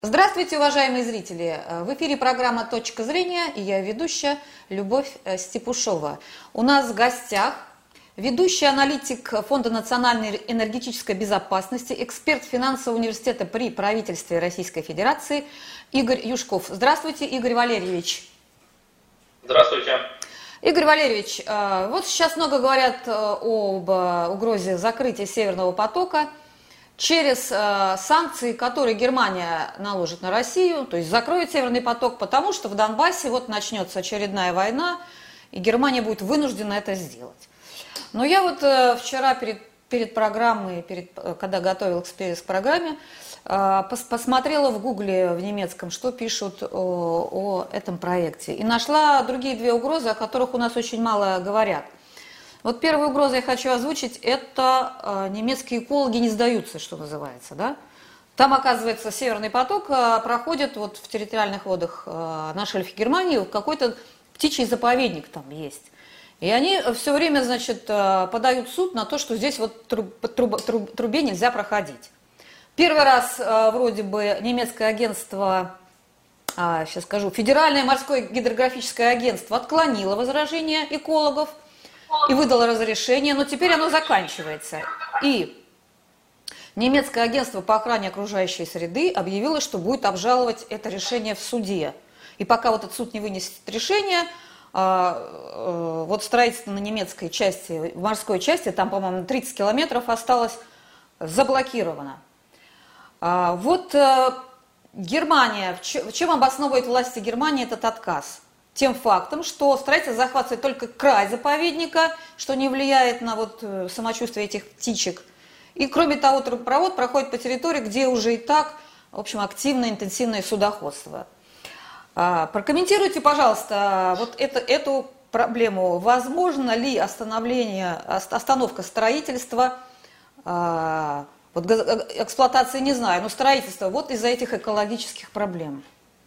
Здравствуйте, уважаемые зрители! В эфире программа «Точка зрения» и я ведущая Любовь Степушова. У нас в гостях ведущий аналитик Фонда национальной энергетической безопасности, эксперт финансового университета при правительстве Российской Федерации Игорь Юшков. Здравствуйте, Игорь Валерьевич! Здравствуйте! Игорь Валерьевич, вот сейчас много говорят об угрозе закрытия Северного потока через санкции, которые Германия наложит на Россию, то есть закроет Северный поток, потому что в Донбассе вот начнется очередная война, и Германия будет вынуждена это сделать. Но я вот вчера перед программой, когда готовилась к программе, посмотрела в Гугле в немецком, что пишут о этом проекте, и нашла другие две угрозы, о которых у нас очень мало говорят. Вот первую угрозу я хочу озвучить, это немецкие экологи не сдаются, что называется, да? Там, оказывается, Северный поток проходит вот в территориальных водах на шельфе Германии, какой-то птичий заповедник там есть. И они все время, значит, подают в суд на то, что здесь вот трубе нельзя проходить. Первый раз вроде бы немецкое агентство, сейчас скажу, Федеральное морское гидрографическое агентство отклонило возражения экологов и выдало разрешение, но теперь оно заканчивается. И немецкое агентство по охране окружающей среды объявило, что будет обжаловать это решение в суде. И пока вот этот суд не вынесет решение, вот строительство на немецкой части, в морской части, там, по-моему, 30 километров осталось, заблокировано. Вот Германия, чем обосновывает власти Германии этот отказ? Тем фактом, что строительство захватывает только край заповедника, что не влияет на вот самочувствие этих птичек. И кроме того, трубопровод проходит по территории, где уже и так, в общем, активное, интенсивное судоходство. Прокомментируйте, пожалуйста, вот эту проблему. Возможно ли остановка строительства, вот эксплуатации не знаю, но строительства вот из-за этих экологических проблем?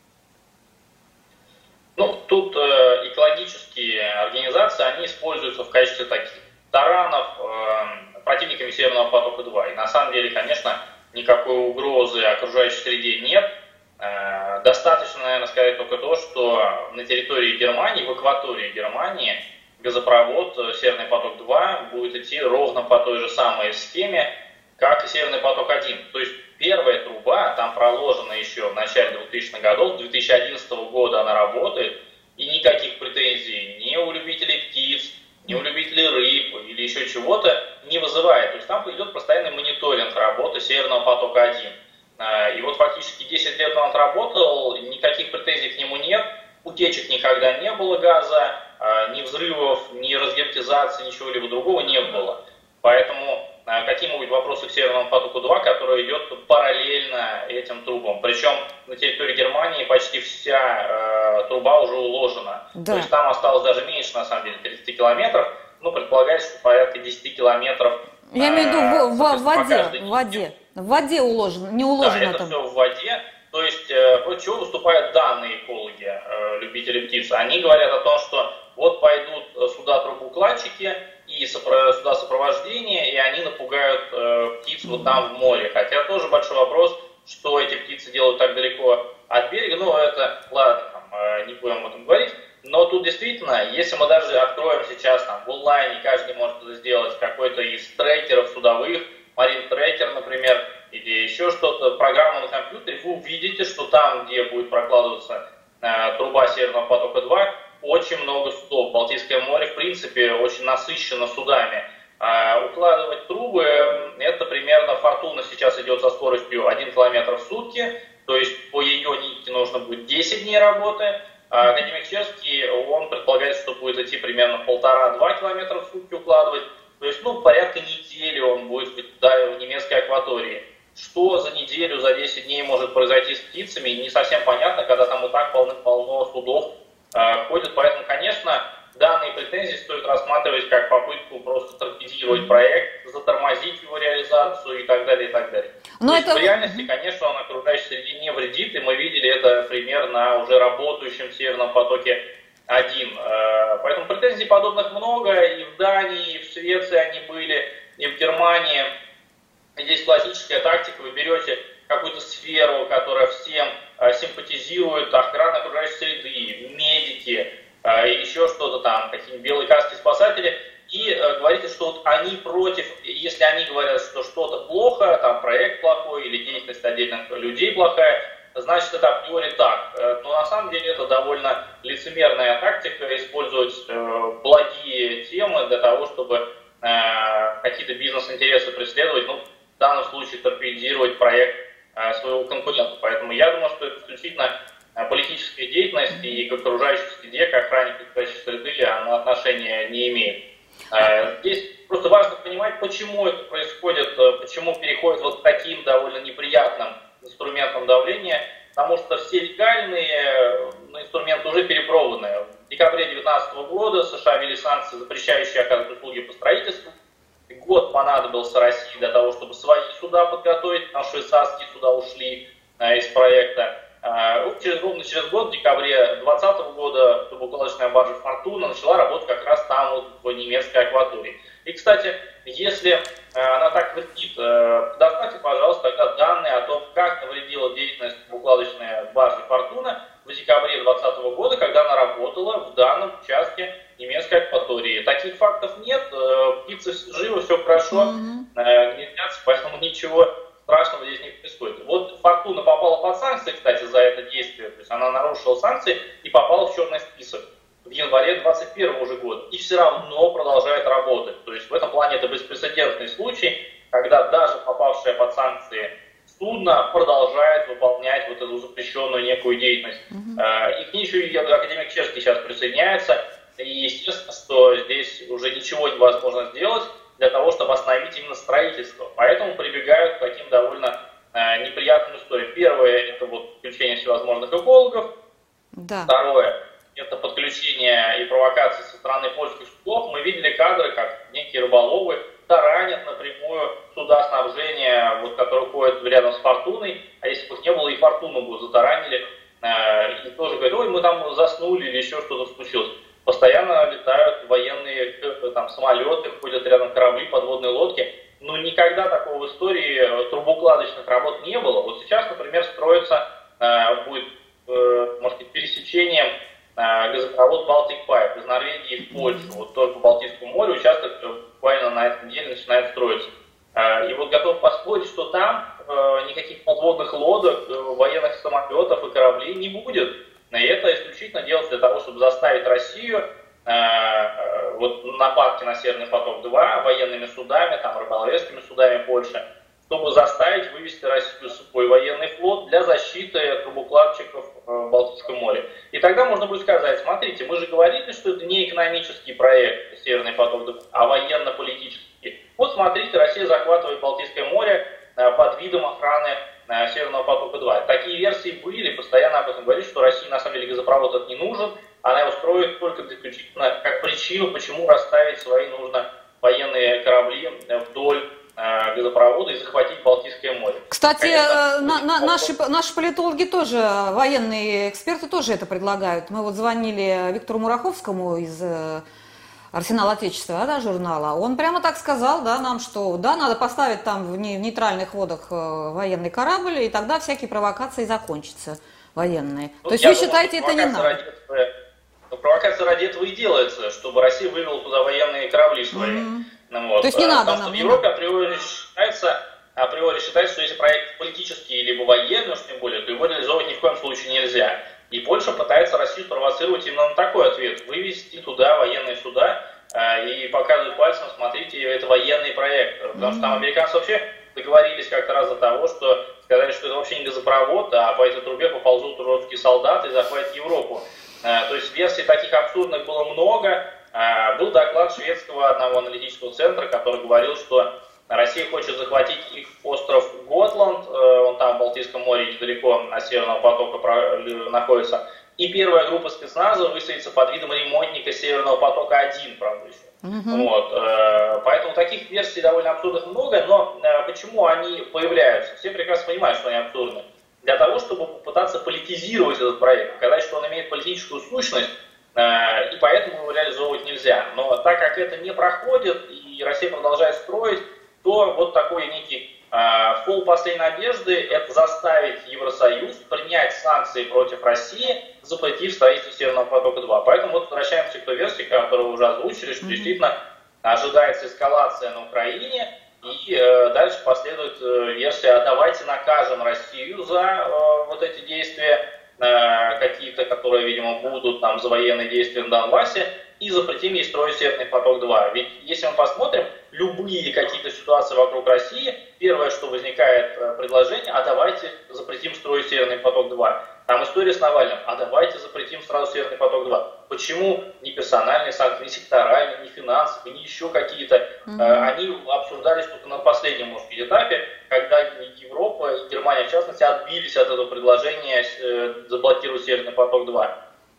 Ну, тут экологические организации, они используются в качестве таких таранов противниками Северного потока-2. И на самом деле, конечно, никакой угрозы окружающей среде нет. Достаточно, наверное, сказать только то, что на территории Германии, в акватории Германии, газопровод Северный поток-2 будет идти ровно по той же самой схеме, как и Северный поток-1. То есть первая труба, там проложена еще в начале 2000-х годов, 2011 года она работает, и никаких претензий ни у любителей птиц, ни у любителей рыб или еще чего-то не вызывает. То есть там идет постоянный мониторинг работы Северного потока-1. И вот фактически 10 лет он отработал, никаких претензий к нему нет, утечек никогда не было газа, ни взрывов, ни разгерметизации, ничего-либо другого не было. Поэтому какие могут быть вопросы к Северному потоку-2, который идет параллельно этим трубам. Причем на территории Германии почти вся труба уже уложена. Да. То есть там осталось даже меньше, на самом деле, 30 километров. Ну, предполагается, что порядка 10 километров. Я имею в виду в воде. В воде уложено, не уложено да, там. Это все в воде. То есть, вот чего выступают данные экологи, любители птиц? Они говорят о том, что вот пойдут сюда трубоукладчики и сюда сопровождение, и они напугают птиц вот там в море. Хотя тоже большой вопрос, что эти птицы делают так далеко от берега. Ну, это, ладно, там, не будем об этом говорить. Но тут действительно, если мы даже откроем сейчас там в онлайне, каждый может это сделать, какой-то из трекеров судовых, Marine Tracker, например, или еще что-то, программу на компьютере, вы увидите, что там, где будет прокладываться труба Северного потока-2, очень много судов. Балтийское море, в принципе, очень насыщено судами. Укладывать трубы, это примерно Фортуна сейчас идет со скоростью 1 км в сутки, то есть по ее нитке нужно будет 10 дней работы. Академик Черский, он предполагает, что будет идти примерно 1,5-2 км в сутки укладывать. То есть, ну, порядка недели он будет в немецкой акватории. Что за неделю, за 10 дней может произойти с птицами, не совсем понятно, когда там и так полно судов ходят. Поэтому, конечно, данные претензии стоит рассматривать как попытку просто торпедировать проект, затормозить его реализацию и так далее, и так далее. Но это... В реальности, конечно, он окружающей среде не вредит, и мы видели это пример на уже работающем Северном потоке-1. Поэтому претензий подобных много, и в Дании, и в Швеции они были, и в Германии. Здесь классическая тактика, вы берете какую-то сферу, которая всем симпатизирует, охрана окружающей среды, медики, еще что-то там, какие-нибудь белые каски-спасатели, и говорите, что вот они против, если они говорят, что что-то плохо, там проект плохой или деятельность отдельных людей плохая, значит это априори так. Но на самом деле это довольно лицемерная тактика использовать благие темы для того, чтобы какие-то бизнес-интересы преследовать, ну, в данном случае торпедировать проект своего конкурента. Поэтому я думаю, что это исключительно политическая деятельность, и к окружающей среде, к охране окружающей среды она отношения не имеет. Здесь просто важно понимать, почему это происходит, почему переходит вот к таким довольно неприятным инструментам давления, потому что все легальные инструменты уже перепробованы. В декабре 2019 года США ввели санкции, запрещающие оказывать услуги по строительству. Год понадобился России для того, чтобы свои суда подготовить, потому что швейцарские суда ушли из проекта. Ровно через год, в декабре 2020 года, трубоукладочная баржа «Фортуна» начала работать как раз там, вот, в немецкой акватории. И, кстати, если она так вредит, предоставьте, пожалуйста, тогда данные о том, как навредила деятельность трубоукладочной баржи «Фортуна» в декабре 2020 года, когда она работала в данном участке немецкой акватории. Таких фактов нет, птицы живы, все хорошо, гнездятся, поэтому ничего страшного здесь не происходит. Вот «Фортуна» попала под санкции, кстати, за это действие, то есть она нарушила санкции и попала в черный список в январе 2021 уже года, и все равно продолжает работать. То есть в этом плане это беспрецедентный случай, когда даже попавшее под санкции судно продолжает выполнять вот эту запрещенную некую деятельность. И к ней еще и академик Черский сейчас присоединяется, и естественно, что здесь уже ничего невозможно сделать для того, чтобы остановить именно строительство. Поэтому прибегают к таким довольно неприятным историям. Первое – это вот включение всевозможных экологов. Да. Второе – это подключение и провокации со стороны польских судов. Мы видели кадры, как некие рыболовы таранят напрямую суда снабжения, вот, которые ходят рядом с «Фортуной», а если бы их не было, и «Фортуну» бы затаранили, и тоже говорят, ой, мы там заснули или еще что-то случилось. Постоянно летают военные там, самолеты, ходят рядом корабли, подводные лодки. Но никогда такого в истории трубоукладочных работ не было. Вот сейчас, например, строится, будет, может быть, пересечением газопровод Baltic Pipe из Норвегии в Польшу. Вот тоже по Балтийскому морю участок буквально на этой неделе начинает строиться. И вот готов поспорить, что там никаких подводных лодок, военных самолетов и кораблей не будет. И это исключительно делается для того, чтобы заставить Россию вот нападки на Северный поток-2 военными судами, там, рыболовецкими судами Польши, чтобы заставить вывести Россию свой военный флот для защиты трубоукладчиков в Балтийском море. И тогда можно будет сказать, смотрите, мы же говорили, что это не экономический проект Северный поток-2, а военно-политический. Вот смотрите, Россия захватывает Балтийское море под видом охраны Северного потока-2. Такие версии были, постоянно об этом говорили, что России на самом деле газопровод этот не нужен, она его строит только исключительно как причину, почему расставить свои нужно военные корабли вдоль газопровода и захватить Балтийское море. Кстати, наши политологи тоже, военные эксперты тоже это предлагают. Мы вот звонили Виктору Мураховскому из «Арсенал Отечества», да, журнала. Он прямо так сказал, да, нам, что да, надо поставить там в нейтральных водах военный корабль, и тогда всякие провокации закончатся, военные. Ну, то есть вы считаете, это не надо? Провокация ради этого и делается, чтобы Россия вывела туда военные корабли свои. Вот. То есть не надо нам. Потому что в Европе априори считается, что если проект политический либо военный, уж тем более, то его реализовывать ни в коем случае нельзя. И Польша пытается Россию спровоцировать именно на такой ответ. Вывести туда военные суда и показывать пальцем, смотрите, это военный проект. Потому что там американцы вообще договорились как-то раз до того, что сказали, что это вообще не газопровод, а по этой трубе поползут русские солдаты и захватят Европу. То есть версий таких абсурдных было много. Был доклад шведского одного аналитического центра, который говорил, что Россия хочет захватить их остров Готланд, он там в Балтийском море недалеко от Северного потока находится, и первая группа спецназа высадится под видом ремонтника Северного потока-1, правда, еще. Вот. Поэтому таких версий довольно абсурдных много, но почему они появляются? Все прекрасно понимают, что они абсурдны. Для того, чтобы попытаться политизировать этот проект, показать, что он имеет политическую сущность, и поэтому его реализовывать нельзя. Но так как это не проходит, и Россия продолжает строить, то вот такой некий В полупоследней надежды это заставить Евросоюз принять санкции против России, запретив строительство Северного потока-2. Поэтому вот возвращаемся к той версии, которую вы уже озвучили, что действительно ожидается эскалация на Украине, и дальше последует версия: давайте накажем Россию за вот эти действия, какие-то, которые, видимо, будут там за военные действия на Донбассе, и запретим ей строить Северный поток-2. Ведь если мы посмотрим, любые какие-то ситуации вокруг России, первое, что возникает предложение: а давайте запретим строить Северный поток-2. Там история с Навальным: а давайте запретим сразу Северный поток-2. Почему ни персональные санкции, ни секторальные, ни финансовые, ни еще какие-то? Они обсуждались только на последнем, может быть, этапе, когда Европа и Германия, в частности, отбились от этого предложения заблокировать Северный поток-2.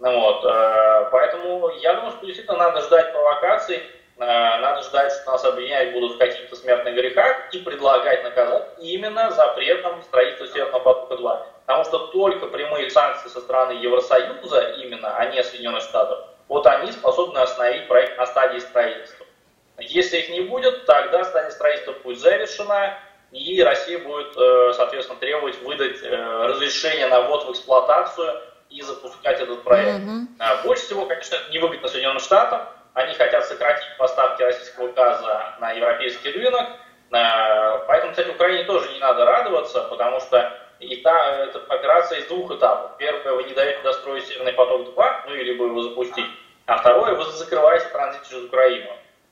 Поэтому я думаю, что действительно надо ждать провокаций, надо ждать, что нас обвинять будут в каких-то смертных грехах и предлагать наказать именно запретом строительства Северного потока-2. Потому что только прямые санкции со стороны Евросоюза, именно, а не Соединенных Штатов, вот они способны остановить проект на стадии строительства. Если их не будет, тогда стадия строительства будет завершена, и Россия будет, соответственно, требовать выдать разрешение на ввод в эксплуатацию и запускать этот проект. Больше всего, конечно, это невыгодно Соединенным Штатам. Они хотят сократить поставки российского газа на европейский рынок. Поэтому, кстати, Украине тоже не надо радоваться, потому что эта операция из двух этапов. Первое, вы не даете достроить Северный поток-2, ну или вы его запустить. А второе, вы закрываете транзит через Украину.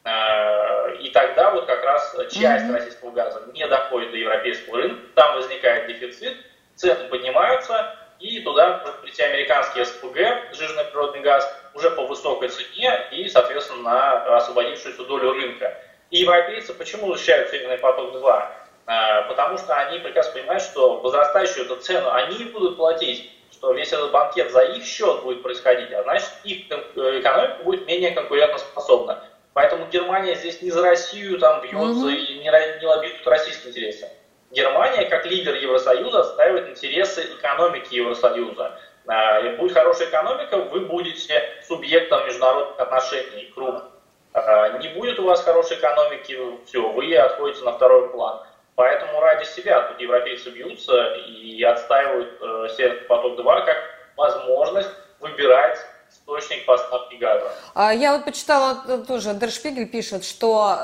И тогда вот как раз часть российского газа не доходит до европейского рынка, там возникает дефицит, цены поднимаются, и туда может прийти американский СПГ, сжиженный природный газ, уже по высокой цене и, соответственно, на освободившуюся долю рынка. И европейцы почему защищают Северный поток-2? Потому что они прекрасно понимают, что возрастающую эту цену они будут платить, что весь этот банкет за их счет будет происходить, а значит их экономика будет менее конкурентоспособна. Поэтому Германия здесь не за Россию там бьется и не лоббирует российские интересы. Германия, как лидер Евросоюза, отстаивает интересы экономики Евросоюза. Будет хорошая экономика, вы будете субъектом международных отношений, круг. Не будет у вас хорошей экономики, все, вы отходите на второй план. Поэтому ради себя тут европейцы бьются и отстаивают Северный поток-2 как возможность выбирать источник поставки газа. Я вот почитала тоже, Der Spiegel пишет, что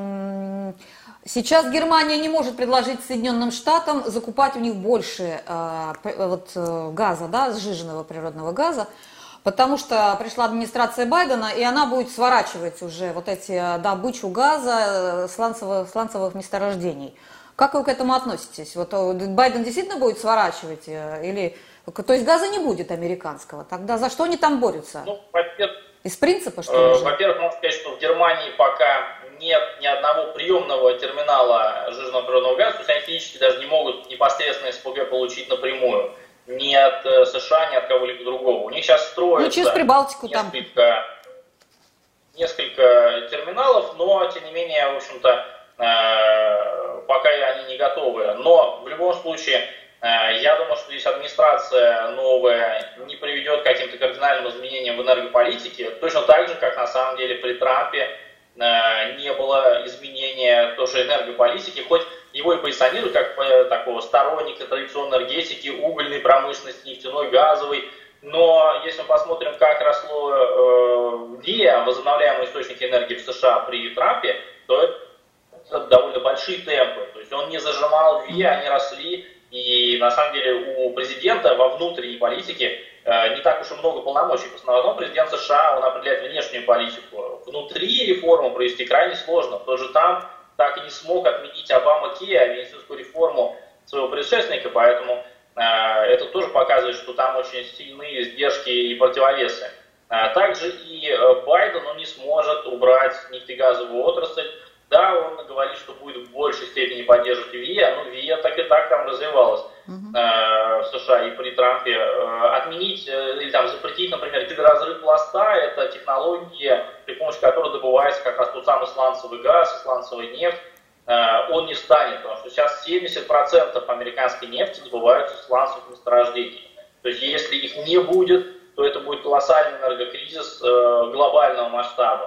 сейчас Германия не может предложить Соединенным Штатам закупать у них больше газа, да, сжиженного природного газа, потому что пришла администрация Байдена, и она будет сворачивать уже вот эти добычу газа сланцевых месторождений. Как вы к этому относитесь? Вот Байден действительно будет сворачивать или... То есть газа не будет американского. Тогда за что они там борются? Ну, во-первых, из принципа, что ли? Во-первых, можно сказать, что в Германии пока нет ни одного приемного терминала сжиженного природного газа, то есть они физически даже не могут непосредственно СПГ получить напрямую. Ни от США, ни от кого-либо другого. У них сейчас строится через Прибалтику несколько терминалов, но, тем не менее, в общем-то, пока они не готовы. Но в любом случае, я думаю, что здесь администрация новая не приведет к каким-то кардинальным изменениям в энергополитике, точно так же, как на самом деле при Трампе не было изменения тоже энергополитики, хоть его и позиционируют как такого сторонника традиционной энергетики, угольной промышленности, нефтяной, газовой. Но если мы посмотрим, как росло возобновляемые источники энергии в США при Трампе, то это довольно большие темпы. То есть он не зажимал они росли. И на самом деле у президента во внутренней политике не так уж и много полномочий. В основном президент США, он определяет внешнюю политику. Внутри реформу провести крайне сложно. Тот же Трамп так и не смог отменить Обама-Кеа, медицинскую реформу своего предшественника, поэтому это тоже показывает, что там очень сильные сдержки и противовесы. Также и Байден не сможет убрать нефтегазовую отрасль. Да, он говорит, что будет в большей степени поддерживать ВИА, но ВИА так и так там развивалась в США и при Трампе. Отменить или там запретить, например, гидроразрыв пласта, это технология, при помощи которой добывается как раз тот самый сланцевый газ, сланцевая нефть, он не станет, потому что сейчас 70% американской нефти добываются в сланцевых месторождениях. То есть если их не будет, то это будет колоссальный энергокризис глобального масштаба.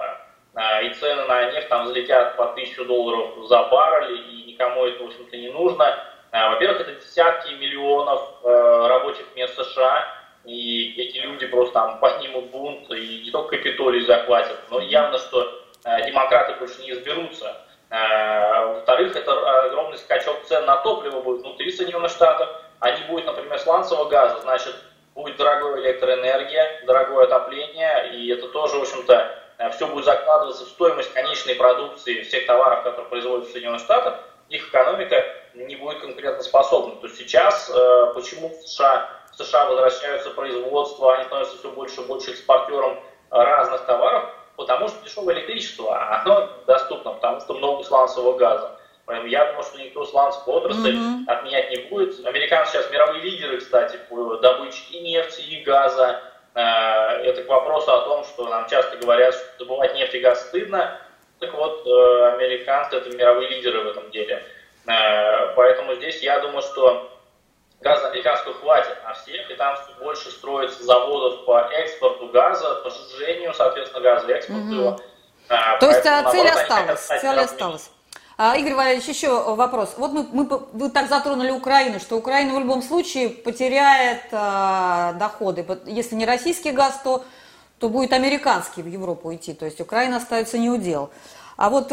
и цены на нефть там взлетят по $1000 за баррель, и никому это, в общем-то, не нужно. Во-первых, это десятки миллионов рабочих мест США, и эти люди просто там поднимут бунт, и не только Капитолий захватят, но явно, что демократы больше не изберутся. Во-вторых, это огромный скачок цен на топливо будет внутри Соединенных Штатов, а не будет, например, сланцевого газа, значит, будет дорогая электроэнергия, дорогое отопление, и это тоже, в общем-то, все будет закладываться в стоимость конечной продукции всех товаров, которые производятся в Соединенных Штатах, их экономика не будет конкурентоспособна. То есть сейчас почему в США возвращаются производства, они становятся все больше и больше экспортером разных товаров, потому что дешевое электричество, оно доступно, потому что много сланцевого газа. Поэтому я думаю, что никто сланцевую отрасль отменять не будет. Американцы сейчас мировые лидеры, кстати, по добыче и нефти, и газа. Это к вопросу о том, что нам часто говорят, что добывать нефть и газ стыдно. Так вот, американцы — это мировые лидеры в этом деле. Поэтому здесь я думаю, что газа американского хватит на всех, и там все больше строится заводов по экспорту газа, по сжижению, соответственно, газа, и экспорту его. То есть цель осталась. Игорь Валерьевич, еще вопрос. Вот вы так затронули Украину, что Украина в любом случае потеряет доходы. Если не российский газ, то будет американский в Европу идти. То есть Украина остается неудел. А вот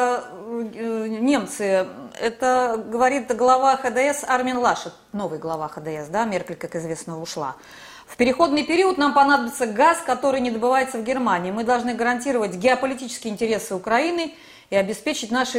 немцы, это говорит глава ХДС Армин Лашет, новый глава ХДС, да, Меркель, как известно, ушла. В переходный период нам понадобится газ, который не добывается в Германии. Мы должны гарантировать геополитические интересы Украины и обеспечить наше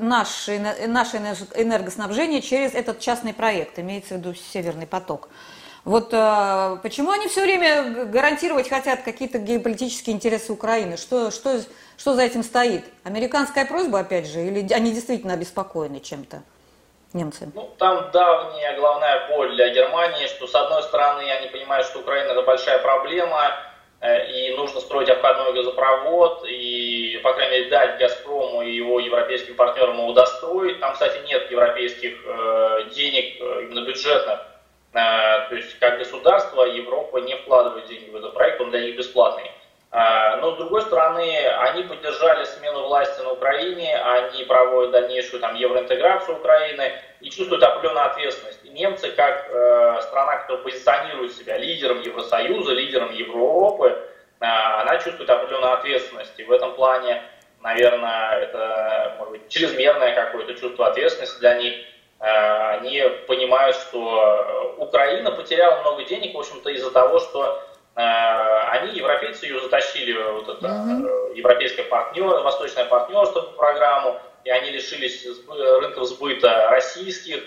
энергоснабжение через этот частный проект, имеется в виду Северный поток. Вот почему они все время гарантировать хотят какие-то геополитические интересы Украины? Что за этим стоит? Американская просьба, опять же, или они действительно обеспокоены чем-то, немцы? Ну, там давняя головная боль для Германии, что с одной стороны они понимают, что Украина — это большая проблема, и нужно строить обходной газопровод, и, по крайней мере, дать «Газпрому» и его европейским партнерам его достроить. Там, кстати, нет европейских денег, именно бюджетных. То есть, как государство, Европа не вкладывает деньги в этот проект, он для них бесплатный. Но, с другой стороны, они поддержали смену власти на Украине, они проводят дальнейшую евроинтеграцию Украины и чувствуют определенную ответственность. И немцы, как страна, которая позиционирует себя лидером Евросоюза, лидером Европы, она чувствует определенную ответственность. И в этом плане, наверное, это, может быть, чрезмерное какое-то чувство ответственности для них. Они понимают, что Украина потеряла много денег, в общем-то, из-за того, что они, европейцы, ее затащили вот это европейское партнерство, восточное партнерство по программу, и они лишились рынков сбыта российских,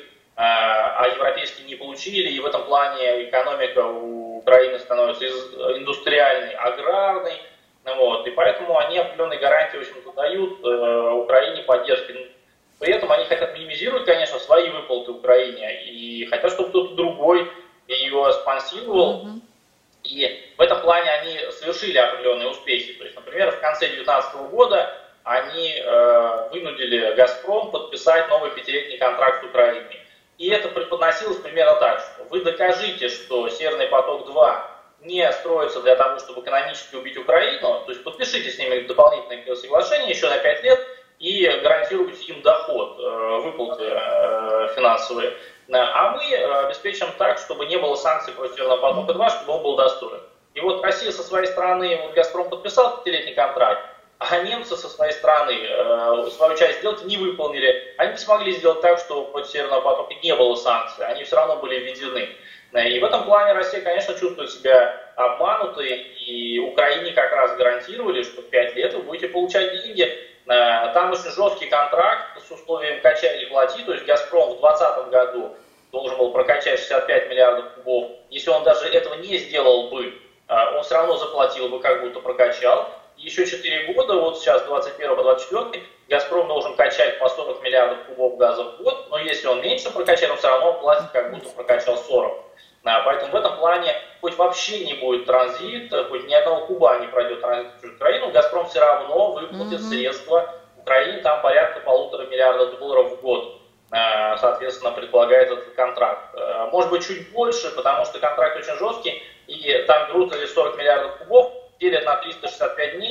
а европейские не получили, и в этом плане экономика у Украины становится индустриальной, аграрной, вот, и поэтому они определенные гарантии, в общем-то, дают Украине поддержки. При этом они хотят минимизировать, конечно, свои выплаты Украине, и хотят, чтобы кто-то другой ее спонсировал. И в этом плане они совершили определенные успехи. То есть, например, в конце 2019 года они вынудили «Газпром» подписать новый 5-летний контракт с Украиной. И это преподносилось примерно так, что вы докажите, что «Северный поток-2» не строится для того, чтобы экономически убить Украину, то есть подпишите с ними дополнительное соглашение еще на 5 лет и гарантируйте им доход, выплаты финансовые. А мы обеспечим так, чтобы не было санкций против Северного потока-2, чтобы он был достроен. И вот Россия со своей стороны, вот «Газпром» подписал 5-летний контракт, а немцы со своей стороны свою часть сделать не выполнили. Они не смогли сделать так, чтобы против Северного потока не было санкций, они все равно были введены. И в этом плане Россия, конечно, чувствует себя обманутой, и Украине как раз гарантировали, что в 5 лет вы будете получать деньги. Там очень жесткий контракт с условием «качай или плати», то есть «Газпром» в 2020 году должен был прокачать 65 миллиардов кубов. Если он даже этого не сделал бы, он все равно заплатил бы, как будто прокачал. Еще 4 года, вот сейчас 21 по 24, «Газпром» должен качать по 40 миллиардов кубов газа в год, но если он меньше прокачает, он все равно платит, как будто прокачал 40. Поэтому в этом плане, хоть вообще не будет транзит, хоть ни одного куба не пройдет транзит через Украину, «Газпром» все равно выплатит средства Украине, там порядка $1,5 миллиарда в год, соответственно, предполагает этот контракт. Может быть, чуть больше, потому что контракт очень жесткий, и там берут 40 миллиардов кубов, делят на 365 дней, и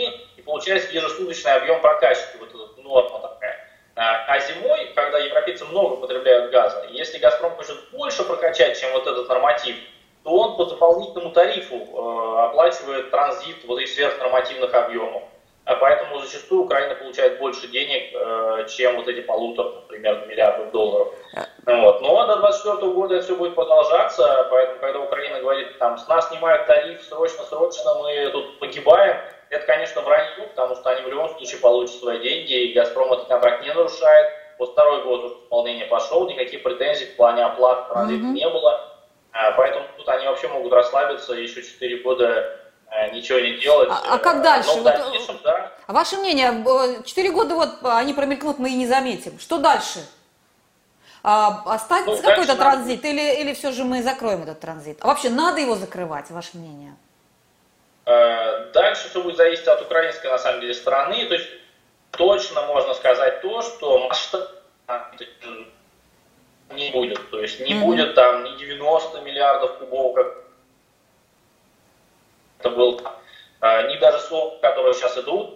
получается ежесуточный объем прокачки, вот эта норма такая. А зимой, когда европейцы много потребляют газа, если «Газпром» хочет больше прокачать, чем вот этот норматив, то он по дополнительному тарифу оплачивает транзит вот этих сверхнормативных объемов. Поэтому зачастую Украина получает больше денег, чем вот эти примерно миллиардов долларов. Вот. Но до 2024 года это все будет продолжаться, поэтому когда Украина говорит, там, с нас снимают тариф, срочно, мы тут погибаем, это, конечно, вранье, потому что они в любом случае получат свои деньги, и «Газпром» этот контракт не нарушает. Вот второй год уже исполнение пошел, никаких претензий в плане оплаты транзита не было. Поэтому тут они вообще могут расслабиться, еще 4 года ничего не делать. А как дальше? Но в дальнейшем, да. А ваше мнение, 4 года вот они промелькнут, мы и не заметим. Что дальше? Останется какой-то транзит или все же мы закроем этот транзит? А вообще надо его закрывать, ваше мнение? Дальше все будет зависеть от украинской, на самом деле, стороны. То есть точно можно сказать то, что масштаб не будет. То есть не будет там ни 90 миллиардов кубов, как это был, ни даже 100, которые сейчас идут.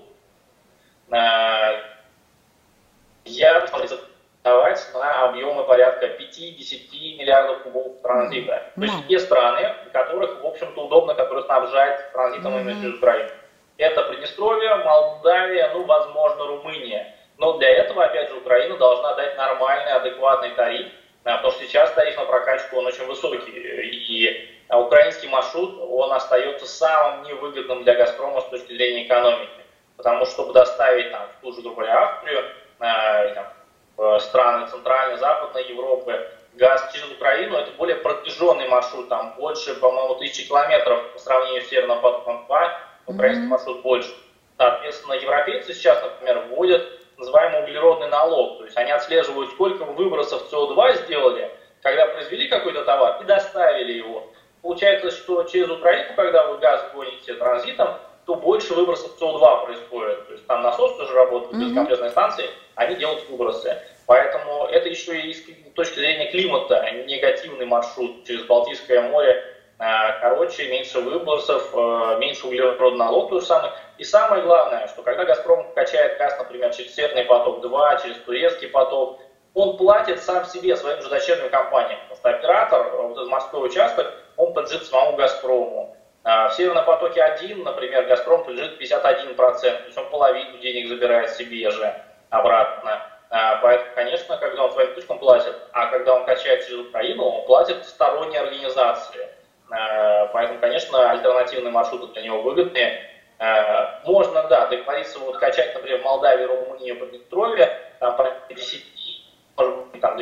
Я давать на объемы порядка 5-10 миллиардов кубов транзита. То есть те страны, которых, в общем-то, удобно, которые снабжают транзитом именно через Украину. Это Приднестровье, Молдавия, возможно, Румыния. Но для этого, опять же, Украина должна дать нормальный, адекватный тариф, потому что сейчас тариф на прокачку, он очень высокий. И украинский маршрут, он остается самым невыгодным для «Газпрома» с точки зрения экономики. Потому что, чтобы доставить там, в ту же, другую Австрию, страны Центральной, Западной Европы, газ через Украину, это более протяженный маршрут, там больше, по-моему, 1000 километров по сравнению с Северным потоком 2, украинский маршрут больше. Соответственно, европейцы сейчас, например, вводят называемый углеродный налог, то есть они отслеживают, сколько выбросов СО2 сделали, когда произвели какой-то товар и доставили его. Получается, что через Украину, когда вы газ гоните транзитом, то больше выбросов СО2 происходит. То есть там насос тоже работает, без компрессной станции, они делают выбросы. Поэтому это еще и с точки зрения климата негативный маршрут через Балтийское море. Короче, меньше выбросов, меньше углеродный налог, то же самое. И самое главное, что когда «Газпром» качает газ, например, через Северный поток-2, через Турецкий поток, он платит сам себе, своим же дочерним компаниям. Потому что оператор, вот этот морской участок, он подлежит самому «Газпрому». В Северном потоке-1, например, «Газпром» подлежит 51%, то есть он половину денег забирает себе же обратно. Поэтому, конечно, когда он своим точкам платит, а когда он качает через Украину, он платит сторонние организации. Поэтому, конечно, альтернативные маршруты для него выгодные. Можно, да, договориться вот качать, например, в Молдавии, Румынии, Приднестровье, там порядка 10, может быть, там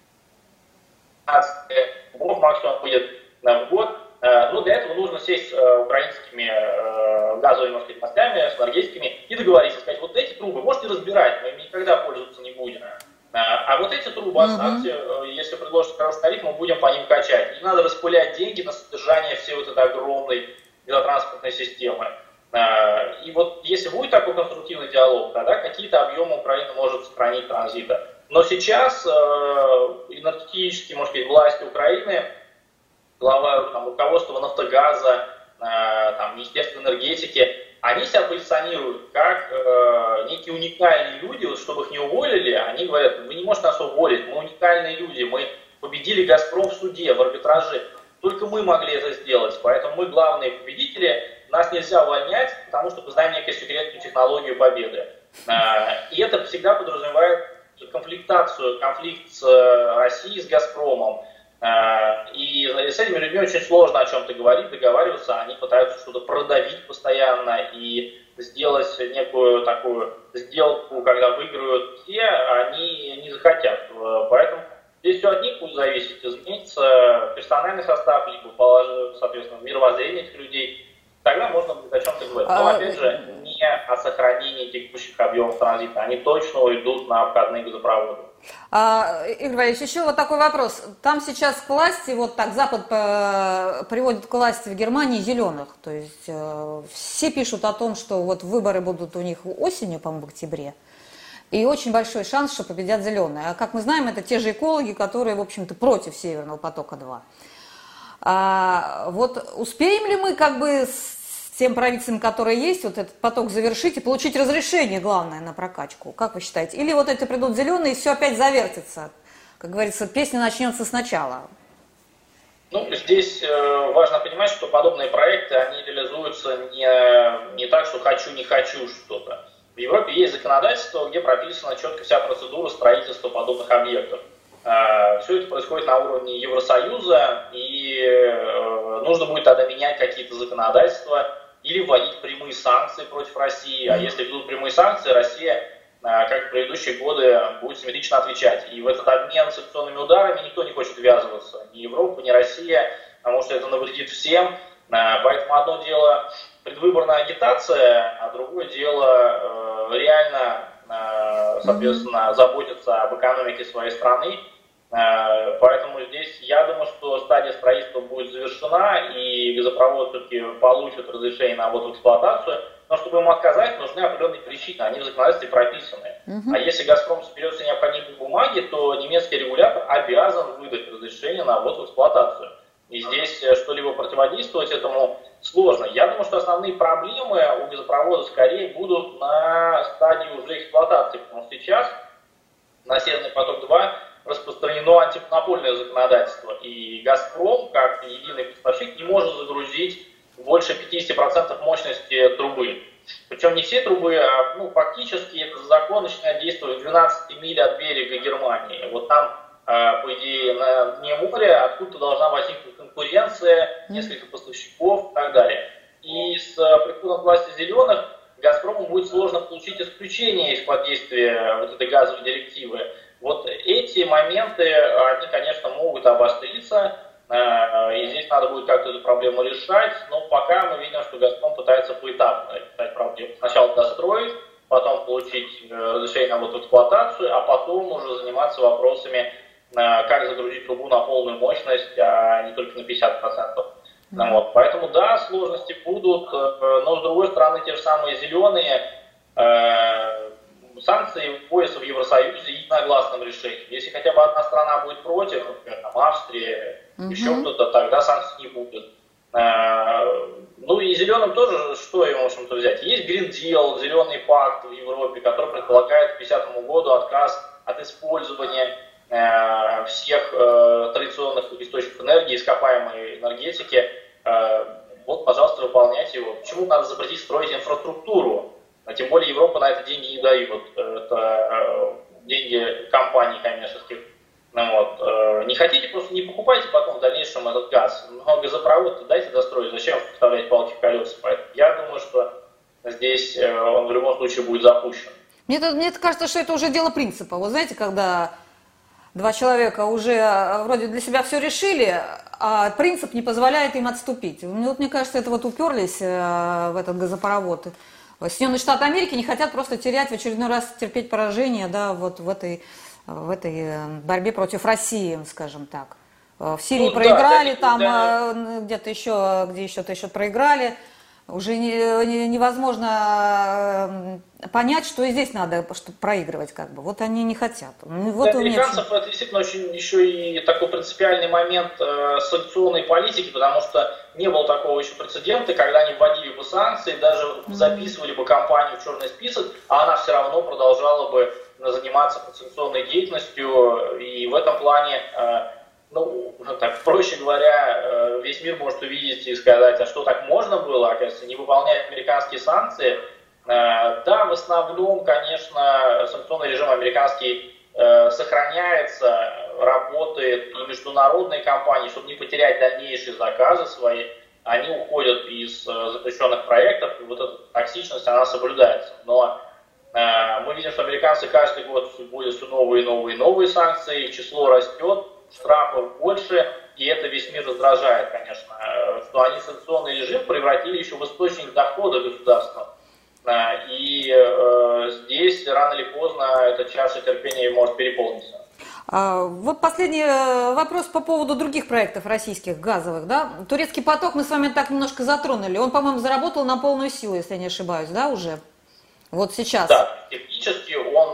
12 кубов максимум будет в год. Но для этого нужно сесть с украинскими газовыми, может быть, мостами, с энергетиками и договориться, сказать, вот эти трубы можете разбирать, мы ими никогда пользоваться не будем. А вот эти трубы оставьте, если предложите хороший тариф, мы будем по ним качать. Не надо распылять деньги на содержание всей вот этой огромной газотранспортной системы. И вот если будет такой конструктивный диалог, тогда какие-то объемы Украина может сохранить транзита. Но сейчас энергетические, может быть, власти Украины, глава руководства «Нафтогаза», Министерство энергетики, они себя позиционируют как некие уникальные люди, вот, чтобы их не уволили, они говорят, вы не можете нас уволить, мы уникальные люди, мы победили «Газпром» в суде, в арбитраже, только мы могли это сделать, поэтому мы главные победители, нас нельзя увольнять, потому что мы знаем некую секретную технологию победы. И это всегда подразумевает конфликт с Россией, с «Газпромом». И с этими людьми очень сложно о чем-то говорить, договариваться, они пытаются что-то продавить постоянно и сделать некую такую сделку, когда выиграют все, они не захотят. Поэтому здесь все от них будет зависеть, изменится персональный состав, либо, соответственно, мировоззрение этих людей, тогда можно будет о чем-то говорить. Но, опять же, не о сохранении текущих объемов транзита, они точно уйдут на обходные газопроводы. Игорь Валерьевич, еще вот такой вопрос. Там сейчас к власти, вот так Запад приводит к власти в Германии зеленых. То есть все пишут о том, что вот выборы будут у них осенью, по-моему, в октябре. И очень большой шанс, что победят зеленые. А как мы знаем, это те же экологи, которые, в общем-то, против Северного потока-2. Вот успеем ли мы как бы тем правительствам, которые есть, вот этот поток завершить и получить разрешение, главное, на прокачку? Как вы считаете? Или вот эти придут зеленые, и все опять завертится? Как говорится, песня начнется сначала. Ну, здесь важно понимать, что подобные проекты, они реализуются не так, что хочу, не хочу что-то. В Европе есть законодательство, где прописана четко вся процедура строительства подобных объектов. Все это происходит на уровне Евросоюза, и нужно будет тогда менять какие-то законодательства или вводить прямые санкции против России. А если ведут прямые санкции, Россия, как в предыдущие годы, будет симметрично отвечать. И в этот обмен санкционными ударами никто не хочет ввязываться. Ни Европа, ни Россия, потому что это навредит всем. Поэтому одно дело предвыборная агитация, а другое дело реально, соответственно, заботиться об экономике своей страны. Поэтому здесь я думаю, что стадия строительства будет завершена, и газопровод все-таки получит разрешение на ввод в эксплуатацию. Но чтобы ему отказать, нужны определенные причины, они в законодательстве прописаны. А если «Газпром» соберет все необходимые бумаги, то немецкий регулятор обязан выдать разрешение на ввод в эксплуатацию. И здесь что-либо противодействовать этому сложно. Я думаю, что основные проблемы у газопровода скорее будут на стадии уже эксплуатации, потому что сейчас на «Северный поток-2» распространено антимонопольное законодательство, и «Газпром», как единый поставщик, не может загрузить больше 50% мощности трубы. Причем не все трубы, а фактически этот закон начинает действовать в 12 миль от берега Германии. Вот там, по идее, на дне моря откуда-то должна возникнуть конкуренция, несколько поставщиков и так далее. И с приходом к власти зеленых «Газпрому» будет сложно получить исключение из-под действия вот этой газовой директивы. Вот эти моменты, они, конечно, могут обостриться, и здесь надо будет как-то эту проблему решать, но пока мы видим, что «Газпром» пытается поэтапно решать проблему. Сначала достроить, потом получить разрешение на ввод в эксплуатацию, а потом уже заниматься вопросами, как загрузить трубу на полную мощность, а не только на 50%. Вот. Поэтому, да, сложности будут, но, с другой стороны, те же самые зеленые, санкции вводятся в Евросоюзе единогласным решением. Если хотя бы одна страна будет против, например, там, Австрия, еще кто-то, тогда санкций не будет. Ну и зеленым тоже, что им, в общем-то, взять? Есть Green Deal, зеленый пакт в Европе, который предполагает к 2050 году отказ от использования всех традиционных источников энергии, ископаемой энергетики. Вот, пожалуйста, выполняйте его. Почему надо запретить строить инфраструктуру? А тем более Европа на это деньги не дает. Это деньги компаний коммерческих. Вот. Не хотите, просто не покупайте потом в дальнейшем этот газ. Но газопровод дайте достроить. Зачем вставлять палки в колеса? Поэтому я думаю, что здесь он в любом случае будет запущен. Мне кажется, что это уже дело принципа. Вот знаете, когда два человека уже вроде для себя все решили, а принцип не позволяет им отступить. Вот, мне кажется, это вот уперлись в этот газопровод. Соединенные Штаты Америки не хотят просто терять в очередной раз, терпеть поражение, да, вот в этой борьбе против России, скажем так. В Сирии проиграли, да, там где-то еще, где еще-то еще проиграли. Уже невозможно понять, что и здесь надо проигрывать, как бы. Вот они не хотят. Вот для американцев это действительно очень еще и такой принципиальный момент санкционной политики, потому что не было такого еще прецедента, когда они вводили бы санкции, даже записывали бы компанию в черный список, а она все равно продолжала бы заниматься санкционной деятельностью, и в этом плане, так, проще говоря, весь мир может увидеть и сказать, а что так можно было, оказывается, не выполнять американские санкции. Да, в основном, конечно, санкционный режим американский сохраняется, работает, и международные компании, чтобы не потерять дальнейшие заказы свои, они уходят из запрещенных проектов, и вот эта токсичность, она соблюдается. Но мы видим, что американцы каждый год вводят все новые и новые и новые санкции, их число растет, штрафов больше, и это весь мир раздражает, конечно, что они санкционный режим превратили еще в источник дохода государства. И здесь рано или поздно эта чаша терпения может переполниться. Вот последний вопрос по поводу других проектов российских газовых, да? Турецкий поток мы с вами так немножко затронули. Он, по-моему, заработал на полную силу, если я не ошибаюсь, да, уже? Вот сейчас. Да, технически он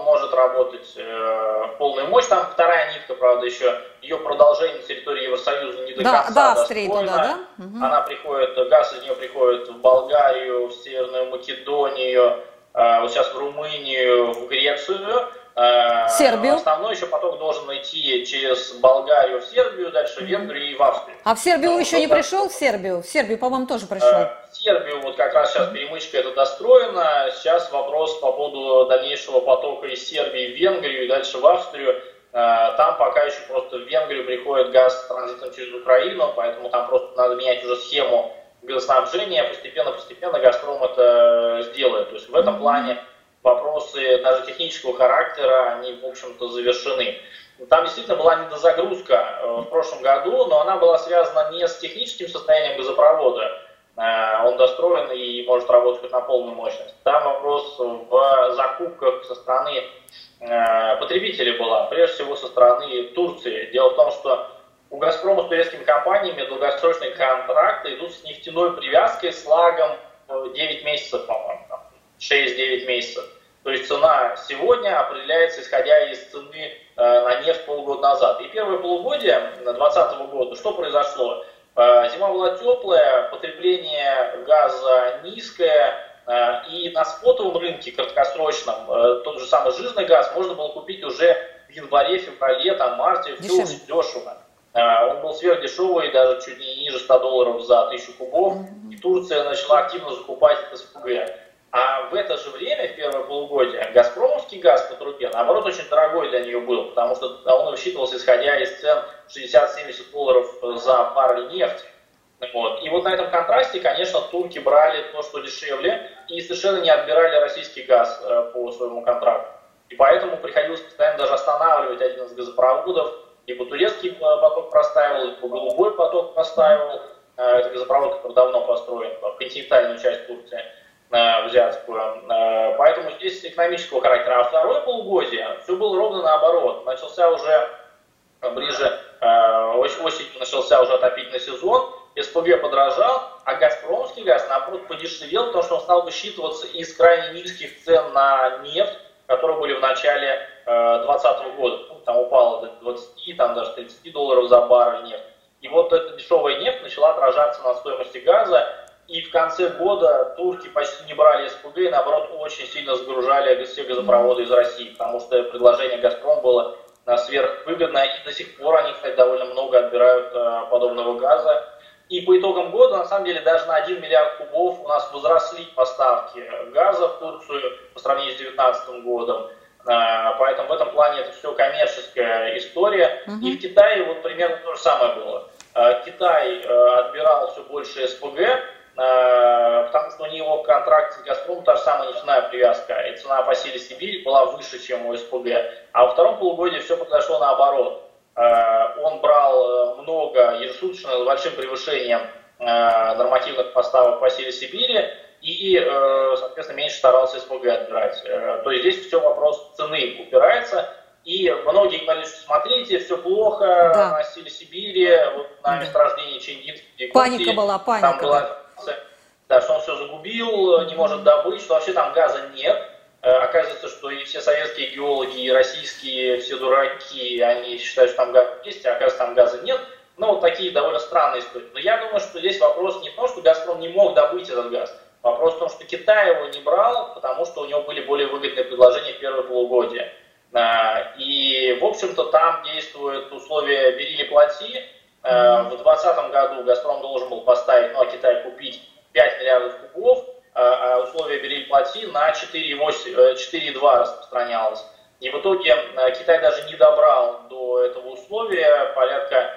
может работать в полную мощь. Там вторая нитка, правда, еще ее продолжение на территории Евросоюза не до конца достроено. Она приходит, газ из нее приходит в Болгарию, в Северную Македонию, вот сейчас в Румынию, в Грецию. Сербию. Основной еще поток должен идти через Болгарию в Сербию, дальше в Венгрию и в Австрию. А в Сербию еще не пришел? В Сербию, по-моему, тоже пришел. В Сербию вот как раз сейчас перемычка это достроена. Сейчас вопрос по поводу дальнейшего потока из Сербии в Венгрию и дальше в Австрию. Там пока еще просто в Венгрию приходит газ с транзитом через Украину, поэтому там просто надо менять уже схему газоснабжения. Постепенно «Газпром» это сделает. То есть в этом плане вопросы даже технического характера, они, в общем-то, завершены. Там действительно была недозагрузка в прошлом году, но она была связана не с техническим состоянием газопровода, он достроен и может работать хоть на полную мощность. Там вопрос в закупках со стороны потребителей была, прежде всего со стороны Турции. Дело в том, что у «Газпрома» с турецкими компаниями долгосрочные контракты идут с нефтяной привязкой с лагом 9 месяцев, по-моему, 6-9 месяцев. То есть цена сегодня определяется исходя из цены на нефть полгода назад. И первое полугодие 2020 года, что произошло? Зима была теплая, потребление газа низкое, и на спотовом рынке краткосрочном тот же самый жирный газ можно было купить уже в январе, феврале, марте, все очень дешево. Он был сверхдешевый, даже чуть не ниже $100 за 1000 кубов, и Турция начала активно закупать СПГ. А в это же время, в первое полугодие, газпромовский газ по трубе, наоборот, очень дорогой для нее был, потому что он высчитывался, исходя из цен $60-70 за баррель нефти. Вот. И вот на этом контрасте, конечно, турки брали то, что дешевле, и совершенно не отбирали российский газ по своему контракту. И поэтому приходилось постоянно даже останавливать один из газопроводов, либо турецкий поток простаивал, либо голубой поток простаивал. Это газопровод, который давно построен в континентальную часть Турции, в азиатскую. Поэтому здесь экономического характера. А второе полугодие все было ровно наоборот. Начался уже ближе, осенью начался уже отопительный сезон, СПГ подорожал, а газпромский газ, наоборот, подешевел, потому что он стал высчитываться из крайне низких цен на нефть, которые были в начале 2020 года. Там упало до 20, там даже $30 за баррель нефть. И вот эта дешевая нефть начала отражаться на стоимости газа. И в конце года турки почти не брали СПГ, и наоборот очень сильно загружали все газопроводы из России, потому что предложение «Газпром» было сверхвыгодное, и до сих пор они, кстати, довольно много отбирают подобного газа. И по итогам года, на самом деле, даже на 1 миллиард кубов у нас возросли поставки газа в Турцию по сравнению с 2019 годом. Поэтому в этом плане это все коммерческая история. И в Китае вот примерно то же самое было. Китай отбирал все больше СПГ, потому что у него контракт с «Газпромом» та же самая нефтяная привязка, и цена по силе Сибирь была выше, чем у СПГ. А во втором полугодии все произошло наоборот. Он брал много ежесуточно с большим превышением нормативных поставок по силе Сибири и, соответственно, меньше старался СПГ отбирать. То есть здесь все вопрос цены упирается. И многие говорят, что смотрите, все плохо на силе Сибири, вот на месторождении Чингис. Паника была, паника. Там была, да, что он все загубил, не может добыть, что вообще там газа нет. Оказывается, что и все советские геологи, и российские, все дураки, они считают, что там газ есть, а оказывается, там газа нет. Ну, вот такие довольно странные истории. Но я думаю, что здесь вопрос не в том, что «Газпром» не мог добыть этот газ. Вопрос в том, что Китай его не брал, потому что у него были более выгодные предложения в первое полугодие. И, в общем-то, там действует условие «бери или плати». В 2020 году «Газпром» должен был поставить, ну а Китай купить 5 миллиардов кубов, а условие «бери или плати» на 4,2 распространялось. И в итоге Китай даже не добрал до этого условия, порядка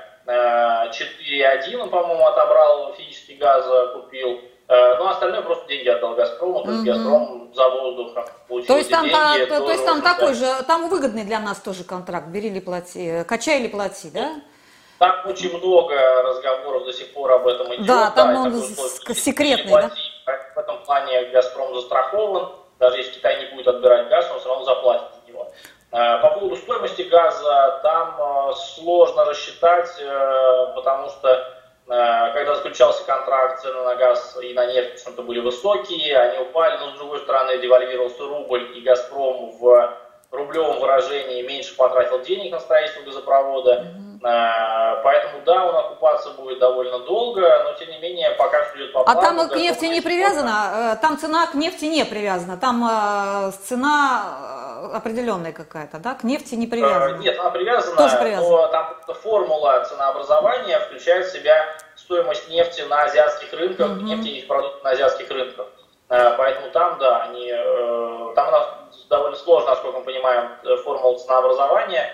4,1, по-моему, отобрал физический газ, купил. Ну, остальное просто деньги отдал «Газпрому», то есть «Газпром» за воздух получил то есть там, деньги. То есть там такой же, там выгодный для нас тоже контракт, бери или плати, качай или плати, да? Там очень много разговоров до сих пор об этом идет. Да, там он секретный, да? В этом плане «Газпром» застрахован, даже если Китай не будет отбирать газ, он все равно заплатит за него. По поводу стоимости газа, там сложно рассчитать, потому что когда заключался контракт, цены на газ и на нефть почему-то были высокие, они упали, но с другой стороны девальвировался рубль, и «Газпром» в рублевом выражении меньше потратил денег на строительство газопровода. Поэтому, да, он окупаться будет довольно долго, но, тем не менее, пока все идет по плану. А там к нефти не привязана? Там цена к нефти не привязана? Там цена определенная какая-то, да? К нефти не привязана? Нет, она привязана, тоже привязана. но там формула ценообразования включает в себя стоимость нефти на азиатских рынках, нефтяных продуктов на азиатских рынках. Поэтому там, да, там у нас довольно сложно, насколько мы понимаем, формула ценообразования.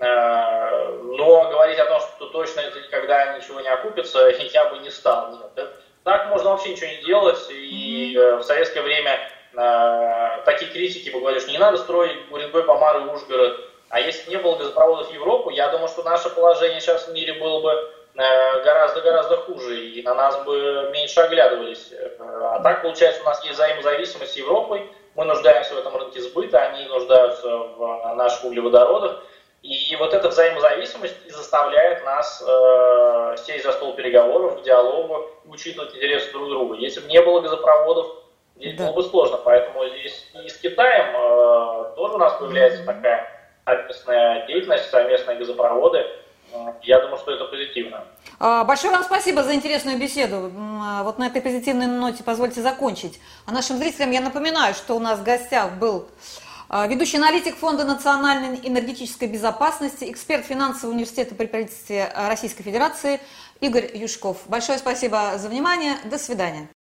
Но говорить о том, что точно это никогда ничего не окупится, я бы не стал. Нет. Так можно вообще ничего не делать. И в советское время такие критики бы говорили, что не надо строить Уренгой, Помар и Ужгород. А если бы не было газопроводов в Европу, я думаю, что наше положение сейчас в мире было бы гораздо-гораздо хуже, и на нас бы меньше оглядывались. А так, получается, у нас есть взаимозависимость с Европой, мы нуждаемся в этом рынке сбыта, они нуждаются в наших углеводородах, и вот эта взаимозависимость и заставляет нас сесть за стол переговоров, диалога, учитывать интересы друг друга. Если бы не было газопроводов, здесь было бы сложно, поэтому здесь и с Китаем тоже у нас появляется такая совместная деятельность, совместные газопроводы. Я думаю, что это позитивно. Большое вам спасибо за интересную беседу. Вот на этой позитивной ноте позвольте закончить. А нашим зрителям я напоминаю, что у нас в гостях был ведущий аналитик Фонда национальной энергетической безопасности, эксперт финансового университета при правительстве Российской Федерации Игорь Юшков. Большое спасибо за внимание. До свидания.